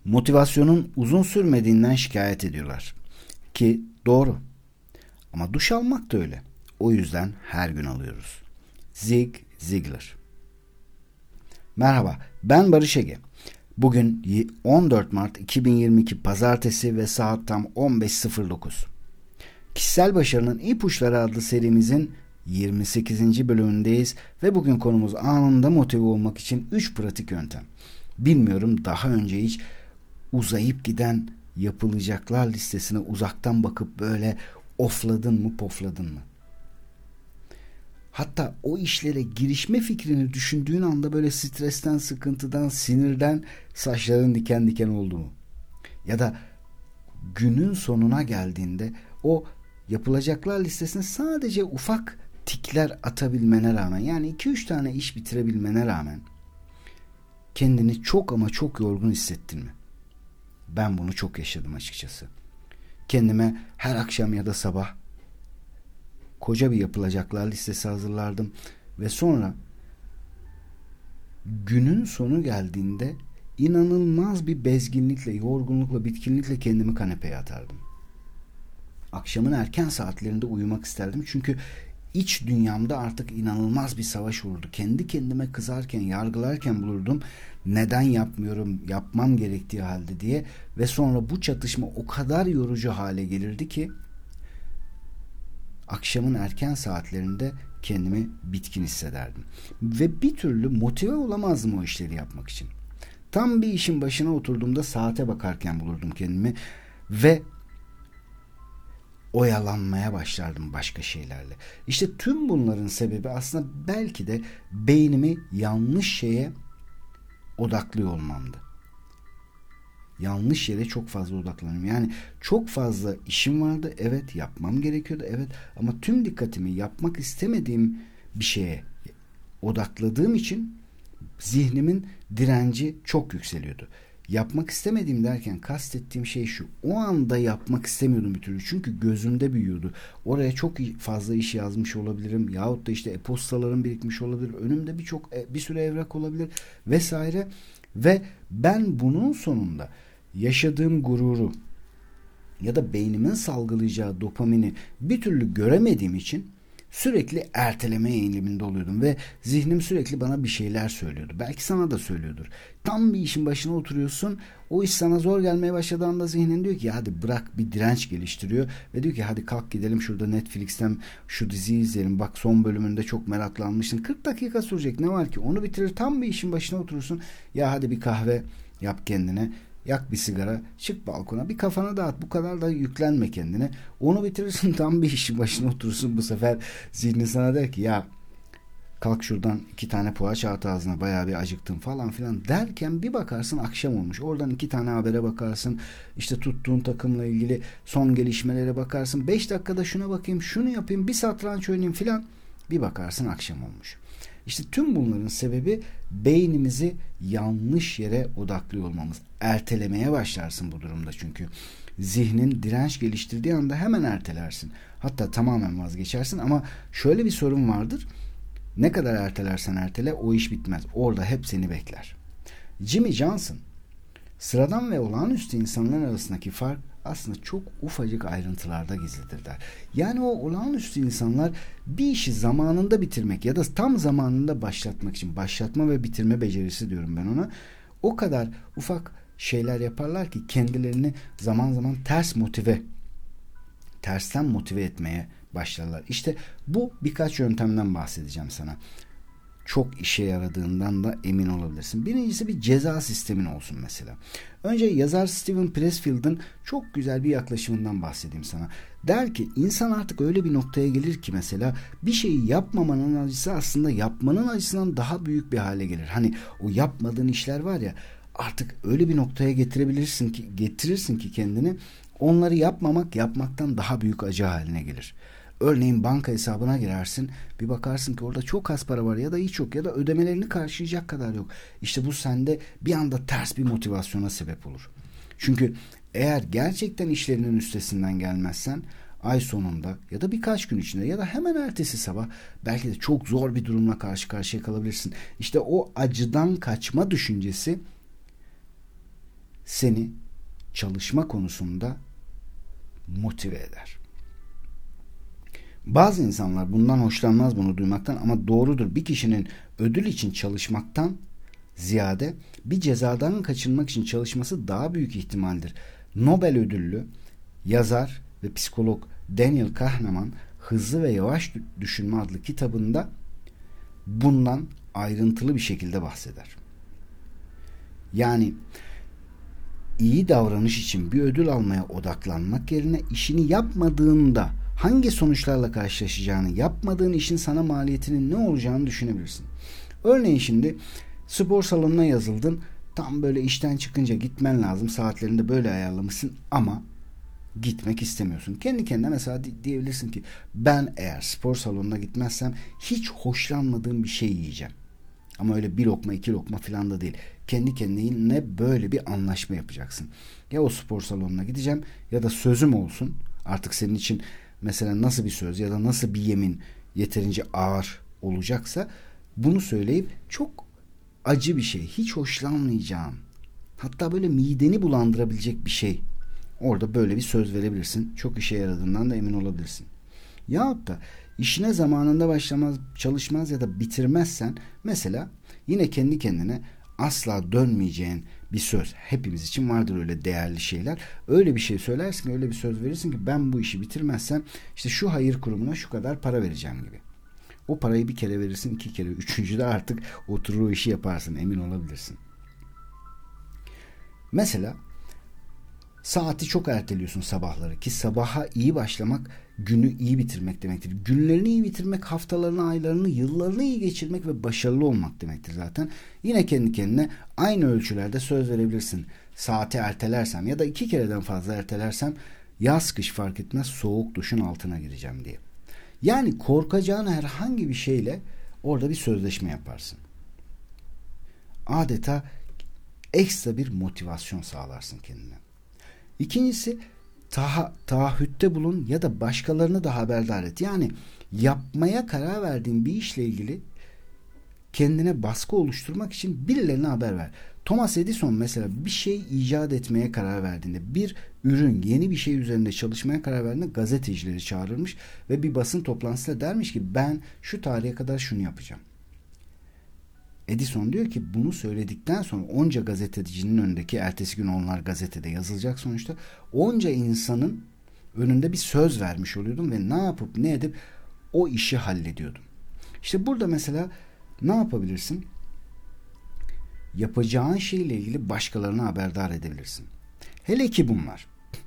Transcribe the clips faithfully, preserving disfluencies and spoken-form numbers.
Motivasyonun uzun sürmediğinden şikayet ediyorlar. Ki doğru. Ama duş almak da öyle. O yüzden her gün alıyoruz. Zig Ziglar. Merhaba, ben Barış Ege. Bugün on dört Mart iki bin yirmi iki Pazartesi ve saat tam on beş sıfır dokuz. Kişisel Başarının İpuçları adlı serimizin yirmi sekizinci bölümündeyiz ve bugün konumuz anında motive olmak için üç pratik yöntem. Bilmiyorum, daha önce hiç uzayıp giden yapılacaklar listesine uzaktan bakıp böyle ofladın mı pofladın mı? Hatta o işlere girişme fikrini düşündüğün anda böyle stresten, sıkıntıdan, sinirden saçların diken diken oldu mu? Ya da günün sonuna geldiğinde o yapılacaklar listesine sadece ufak tikler atabilmene rağmen, yani iki üç tane iş bitirebilmene rağmen kendini çok ama çok yorgun hissettin mi? Ben bunu çok yaşadım açıkçası. Kendime her akşam ya da sabah koca bir yapılacaklar listesi hazırlardım ve sonra günün sonu geldiğinde inanılmaz bir bezginlikle, yorgunlukla, bitkinlikle kendimi kanepeye atardım. Akşamın erken saatlerinde uyumak isterdim çünkü iç dünyamda artık inanılmaz bir savaş olurdu. Kendi kendime kızarken, yargılarken bulurdum. Neden yapmıyorum, yapmam gerektiği halde diye. Ve sonra bu çatışma o kadar yorucu hale gelirdi ki akşamın erken saatlerinde kendimi bitkin hissederdim. Ve bir türlü motive olamazdım o işleri yapmak için. Tam bir işin başına oturduğumda saate bakarken bulurdum kendimi ve oyalanmaya başlardım başka şeylerle. İşte tüm bunların sebebi aslında belki de beynimi yanlış şeye odaklıyor olmamdı. Yanlış yere çok fazla odaklanıyorum. Yani çok fazla işim vardı. Evet, yapmam gerekiyordu. Evet, ama tüm dikkatimi yapmak istemediğim bir şeye odakladığım için zihnimin direnci çok yükseliyordu. Yapmak istemediğim derken kastettiğim şey şu: o anda yapmak istemiyordum bir türlü. Çünkü gözümde büyüyordu. Oraya çok fazla iş yazmış olabilirim. Yahut da işte e-postalarım birikmiş olabilir. Önümde birçok bir sürü evrak olabilir vesaire. Ve ben bunun sonunda yaşadığım gururu ya da beynimin salgılayacağı dopamini bir türlü göremediğim için sürekli erteleme eğiliminde oluyordum ve zihnim sürekli bana bir şeyler söylüyordu. Belki sana da söylüyordur. Tam bir işin başına oturuyorsun, o iş sana zor gelmeye başladığı anda zihnin diyor ki hadi bırak, bir direnç geliştiriyor ve diyor ki hadi kalk gidelim şurada Netflix'ten şu diziyi izleyelim. Bak son bölümünde çok meraklanmışsın. kırk dakika sürecek, ne var ki? Onu bitirir, tam bir işin başına oturursun. Ya hadi bir kahve yap kendine. Yak bir sigara, çık balkona, bir kafana dağıt, bu kadar da yüklenme kendine. Onu bitirirsin, tam bir işin başına oturursun. Bu sefer zihni sana der ki ya kalk şuradan iki tane poğaça at ağzına, bayağı bir acıktım falan filan derken bir bakarsın akşam olmuş. Oradan iki tane habere bakarsın, işte tuttuğun takımla ilgili son gelişmelere bakarsın, beş dakikada şuna bakayım, şunu yapayım, bir satranç oynayayım filan, bir bakarsın akşam olmuş. İşte tüm bunların sebebi beynimizi yanlış yere odaklıyor olmamız. Ertelemeye başlarsın bu durumda çünkü. Zihnin direnç geliştirdiği anda hemen ertelersin. Hatta tamamen vazgeçersin ama şöyle bir sorun vardır. Ne kadar ertelersen ertele o iş bitmez. Orada hep seni bekler. Jimmy Johnson, sıradan ve olağanüstü insanlar arasındaki fark aslında çok ufacık ayrıntılarda gizlidir der. Yani o olağanüstü insanlar bir işi zamanında bitirmek ya da tam zamanında başlatmak için, başlatma ve bitirme becerisi diyorum ben ona, o kadar ufak şeyler yaparlar ki kendilerini zaman zaman ters motive, tersten motive etmeye başlarlar. İşte bu birkaç yöntemden bahsedeceğim sana. Çok işe yaradığından da emin olabilirsin. Birincisi, bir ceza sistemin olsun mesela. Önce yazar Steven Pressfield'ın çok güzel bir yaklaşımından bahsedeyim sana. Der ki insan artık öyle bir noktaya gelir ki mesela bir şeyi yapmamanın acısı aslında yapmanın acısından daha büyük bir hale gelir. Hani o yapmadığın işler var ya, artık öyle bir noktaya getirebilirsin ki, getirirsin ki kendini, onları yapmamak yapmaktan daha büyük acı haline gelir. Örneğin banka hesabına girersin, bir bakarsın ki orada çok az para var ya da hiç yok ya da ödemelerini karşılayacak kadar yok. İşte bu sende bir anda ters bir motivasyona sebep olur. Çünkü eğer gerçekten işlerinin üstesinden gelmezsen ay sonunda ya da birkaç gün içinde ya da hemen ertesi sabah belki de çok zor bir durumla karşı karşıya kalabilirsin. İşte o acıdan kaçma düşüncesi seni çalışma konusunda motive eder. Bazı insanlar bundan hoşlanmaz, bunu duymaktan, ama doğrudur. Bir kişinin ödül için çalışmaktan ziyade bir cezadan kaçınmak için çalışması daha büyük ihtimaldir. Nobel ödüllü yazar ve psikolog Daniel Kahneman Hızlı ve Yavaş Düşünme adlı kitabında bundan ayrıntılı bir şekilde bahseder. Yani iyi davranış için bir ödül almaya odaklanmak yerine işini yapmadığında hangi sonuçlarla karşılaşacağını, yapmadığın işin sana maliyetinin ne olacağını düşünebilirsin. Örneğin şimdi spor salonuna yazıldın. Tam böyle işten çıkınca gitmen lazım. Saatlerini de böyle ayarlamışsın ama gitmek istemiyorsun. Kendi kendine mesela diyebilirsin ki ben eğer spor salonuna gitmezsem hiç hoşlanmadığım bir şey yiyeceğim. Ama öyle bir lokma iki lokma falan da değil. Kendi kendine böyle bir anlaşma yapacaksın. Ya o spor salonuna gideceğim ya da sözüm olsun. Artık senin için mesela nasıl bir söz ya da nasıl bir yemin yeterince ağır olacaksa bunu söyleyip çok acı bir şey, hiç hoşlanmayacağın, hatta böyle mideni bulandırabilecek bir şey. Orada böyle bir söz verebilirsin. Çok işe yaradığından da emin olabilirsin. Yahut da işine zamanında başlamaz, çalışmaz ya da bitirmezsen mesela yine kendi kendine asla dönmeyeceğin bir söz. Hepimiz için vardır öyle değerli şeyler. Öyle bir şey söylersin ki, öyle bir söz verirsin ki ben bu işi bitirmezsem işte şu hayır kurumuna şu kadar para vereceğim gibi. O parayı bir kere verirsin, iki kere, üçüncüde artık oturur o işi yaparsın, emin olabilirsin. Mesela saati çok erteliyorsun sabahları, ki sabaha iyi başlamak günü iyi bitirmek demektir. Günlerini iyi bitirmek, haftalarını, aylarını, yıllarını iyi geçirmek ve başarılı olmak demektir zaten. Yine kendi kendine aynı ölçülerde söz verebilirsin. Saati ertelersem ya da iki kereden fazla ertelersem yaz kış fark etmez soğuk duşun altına gireceğim diye. Yani korkacağın herhangi bir şeyle orada bir sözleşme yaparsın. Adeta ekstra bir motivasyon sağlarsın kendine. İkincisi, taha, taahhütte bulun ya da başkalarını da haberdar et. Yani yapmaya karar verdiğin bir işle ilgili kendine baskı oluşturmak için birilerine haber ver. Thomas Edison mesela bir şey icat etmeye karar verdiğinde, bir ürün, yeni bir şey üzerinde çalışmaya karar verdiğinde gazetecileri çağırırmış ve bir basın toplantısında dermiş ki ben şu tarihe kadar şunu yapacağım. Edison diyor ki bunu söyledikten sonra onca gazetecinin önündeki, ertesi gün onlar gazetede yazılacak sonuçta, onca insanın önünde bir söz vermiş oluyordum ve ne yapıp ne edip o işi hallediyordum. İşte burada mesela ne yapabilirsin? Yapacağın şeyle ilgili başkalarına haberdar edebilirsin. Hele ki bunlar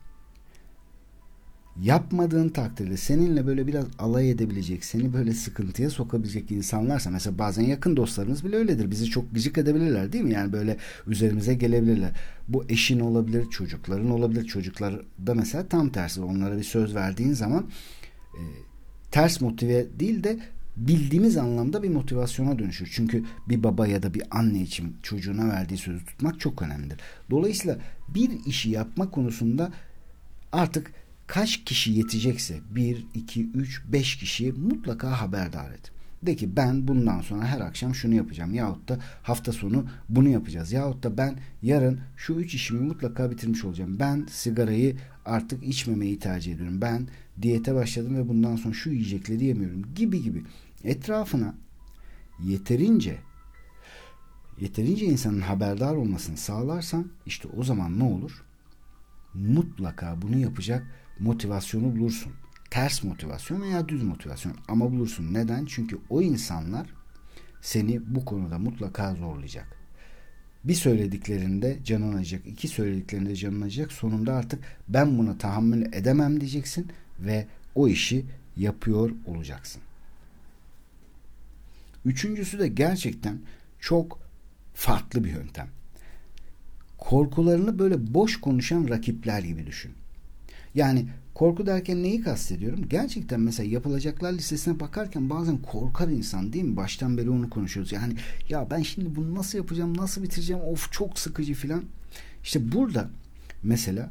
yapmadığın takdirde seninle böyle biraz alay edebilecek, seni böyle sıkıntıya sokabilecek insanlarsa, mesela bazen yakın dostlarımız bile öyledir. Bizi çok gıcık edebilirler değil mi? Yani böyle üzerimize gelebilirler. Bu eşin olabilir, çocukların olabilir. Çocuklar da mesela tam tersi. Onlara bir söz verdiğin zaman e, ters motive değil de bildiğimiz anlamda bir motivasyona dönüşür. Çünkü bir baba ya da bir anne için çocuğuna verdiği sözü tutmak çok önemlidir. Dolayısıyla bir işi yapma konusunda artık kaç kişi yetecekse bir, iki, üç, beş kişiye mutlaka haberdar et. De ki ben bundan sonra her akşam şunu yapacağım yahut da hafta sonu bunu yapacağız yahut da ben yarın şu üç işimi mutlaka bitirmiş olacağım. Ben sigarayı artık içmemeyi tercih ediyorum. Ben diyete başladım ve bundan sonra şu yiyecekleri yemiyorum gibi gibi. Etrafına yeterince yeterince insanın haberdar olmasını sağlarsan işte o zaman ne olur? Mutlaka bunu yapacak motivasyonu bulursun. Ters motivasyon veya düz motivasyon ama bulursun. Neden? Çünkü o insanlar seni bu konuda mutlaka zorlayacak. Bir söylediklerinde canın acıyacak, iki söylediklerinde canın acıyacak. Sonunda artık ben buna tahammül edemem diyeceksin ve o işi yapıyor olacaksın. Üçüncüsü de gerçekten çok farklı bir yöntem. Korkularını böyle boş konuşan rakipler gibi düşün. Yani korku derken neyi kastediyorum? Gerçekten mesela yapılacaklar listesine bakarken bazen korkar insan değil mi? Baştan beri onu konuşuyoruz. Yani ya ben şimdi bunu nasıl yapacağım, nasıl bitireceğim, of çok sıkıcı filan. İşte burada mesela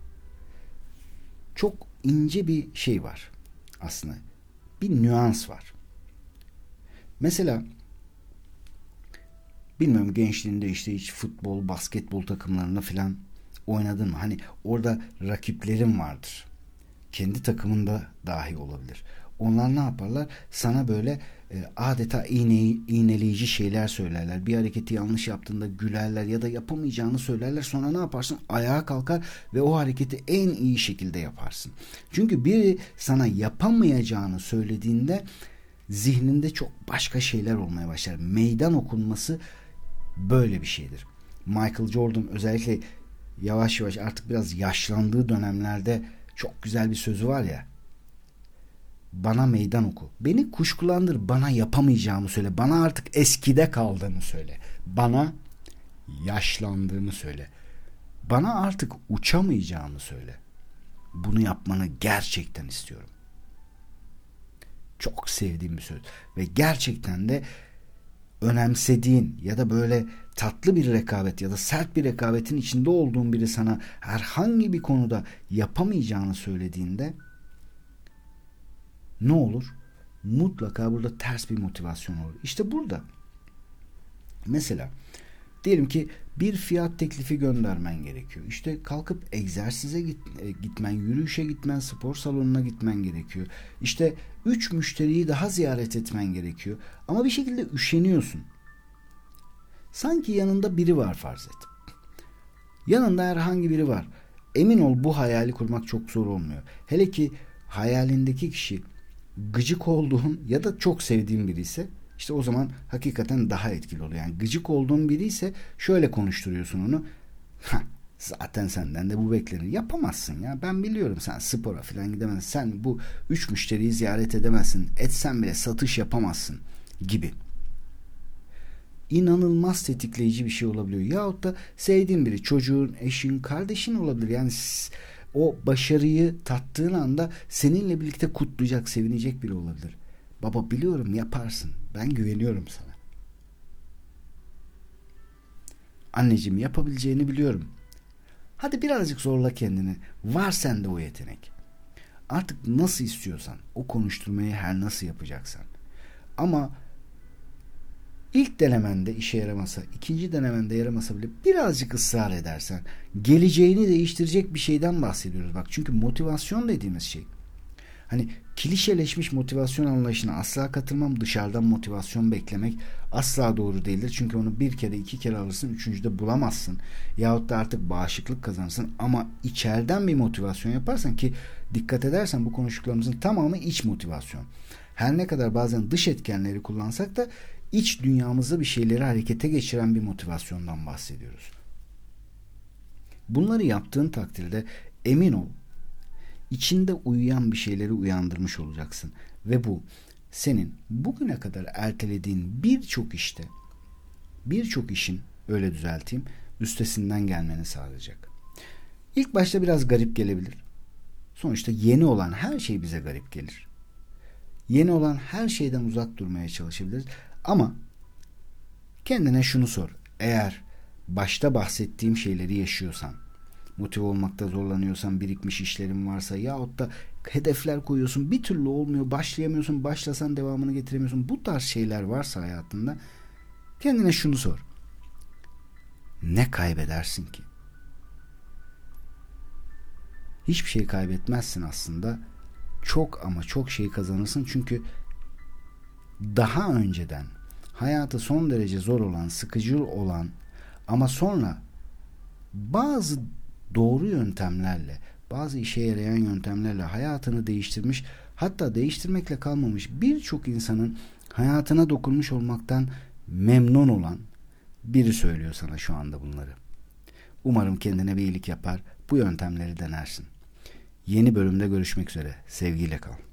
çok ince bir şey var aslında. Bir nüans var. Mesela bilmiyorum gençliğinde işte hiç futbol, basketbol takımlarına filan oynadın mı? Hani orada rakiplerin vardır. Kendi takımında dahi olabilir. Onlar ne yaparlar? Sana böyle e, adeta iğne, iğneleyici şeyler söylerler. Bir hareketi yanlış yaptığında gülerler ya da yapamayacağını söylerler. Sonra ne yaparsın? Ayağa kalkar ve o hareketi en iyi şekilde yaparsın. Çünkü biri sana yapamayacağını söylediğinde zihninde çok başka şeyler olmaya başlar. Meydan okunması böyle bir şeydir. Michael Jordan özellikle yavaş yavaş artık biraz yaşlandığı dönemlerde çok güzel bir sözü var ya. Bana meydan oku. Beni kuşkulandır. Bana yapamayacağımı söyle. Bana artık eskide kaldığımı söyle. Bana yaşlandığımı söyle. Bana artık uçamayacağımı söyle. Bunu yapmanı gerçekten istiyorum. Çok sevdiğim bir söz. Ve gerçekten de önemsediğin ya da böyle tatlı bir rekabet ya da sert bir rekabetin içinde olduğun biri sana herhangi bir konuda yapamayacağını söylediğinde ne olur? Mutlaka burada ters bir motivasyon olur. İşte burada mesela diyelim ki bir fiyat teklifi göndermen gerekiyor. İşte kalkıp egzersize git, gitmen, yürüyüşe gitmen, spor salonuna gitmen gerekiyor. İşte üç müşteriyi daha ziyaret etmen gerekiyor. Ama bir şekilde üşeniyorsun. Sanki yanında biri var farz et. Yanında herhangi biri var. Emin ol bu hayali kurmak çok zor olmuyor. Hele ki hayalindeki kişi gıcık olduğun ya da çok sevdiğin biri ise işte o zaman hakikaten daha etkili oluyor. Yani gıcık olduğun biri ise şöyle konuşturuyorsun onu. Zaten senden de bu beklenir. Yapamazsın ya. Ben biliyorum sen spora falan gidemezsin. Sen bu üç müşteriyi ziyaret edemezsin. Etsen bile satış yapamazsın gibi. İnanılmaz tetikleyici bir şey olabiliyor. Yahut da sevdiğin biri, çocuğun, eşin, kardeşin olabilir. Yani o başarıyı tattığın anda seninle birlikte kutlayacak, sevinecek biri olabilir. Baba biliyorum yaparsın. Ben güveniyorum sana. Anneciğim yapabileceğini biliyorum. Hadi birazcık zorla kendini. Var sende o yetenek. Artık nasıl istiyorsan o konuşturmayı her nasıl yapacaksan. Ama ilk denemende işe yaramasa, ikinci denemende yaramasa bile birazcık ısrar edersen geleceğini değiştirecek bir şeyden bahsediyoruz. Bak çünkü motivasyon dediğimiz şey hani klişeleşmiş motivasyon anlayışına asla katılmam. Dışarıdan motivasyon beklemek asla doğru değildir. Çünkü onu bir kere iki kere alırsın, üçüncüde bulamazsın. Yahut da artık bağışıklık kazanırsın. Ama içeriden bir motivasyon yaparsan ki dikkat edersen bu konuştuklarımızın tamamı iç motivasyon. Her ne kadar bazen dış etkenleri kullansak da iç dünyamızda bir şeyleri harekete geçiren bir motivasyondan bahsediyoruz. Bunları yaptığın takdirde emin ol içinde uyuyan bir şeyleri uyandırmış olacaksın. Ve bu senin bugüne kadar ertelediğin birçok işte, birçok işin, öyle düzelteyim, üstesinden gelmeni sağlayacak. İlk başta biraz garip gelebilir. Sonuçta yeni olan her şey bize garip gelir. Yeni olan her şeyden uzak durmaya çalışabiliriz. Ama kendine şunu sor. Eğer başta bahsettiğim şeyleri yaşıyorsan, motive olmakta zorlanıyorsan, birikmiş işlerin varsa yahut da hedefler koyuyorsun, bir türlü olmuyor, başlayamıyorsun, başlasan devamını getiremiyorsun. Bu tarz şeyler varsa hayatında kendine şunu sor. Ne kaybedersin ki? Hiçbir şey kaybetmezsin aslında. Çok ama çok şey kazanırsın. Çünkü daha önceden hayatı son derece zor olan, sıkıcı olan ama sonra bazı doğru yöntemlerle, bazı işe yarayan yöntemlerle hayatını değiştirmiş, hatta değiştirmekle kalmamış birçok insanın hayatına dokunmuş olmaktan memnun olan biri söylüyor sana şu anda bunları. Umarım kendine bir iyilik yapar, bu yöntemleri denersin. Yeni bölümde görüşmek üzere. Sevgiyle kal.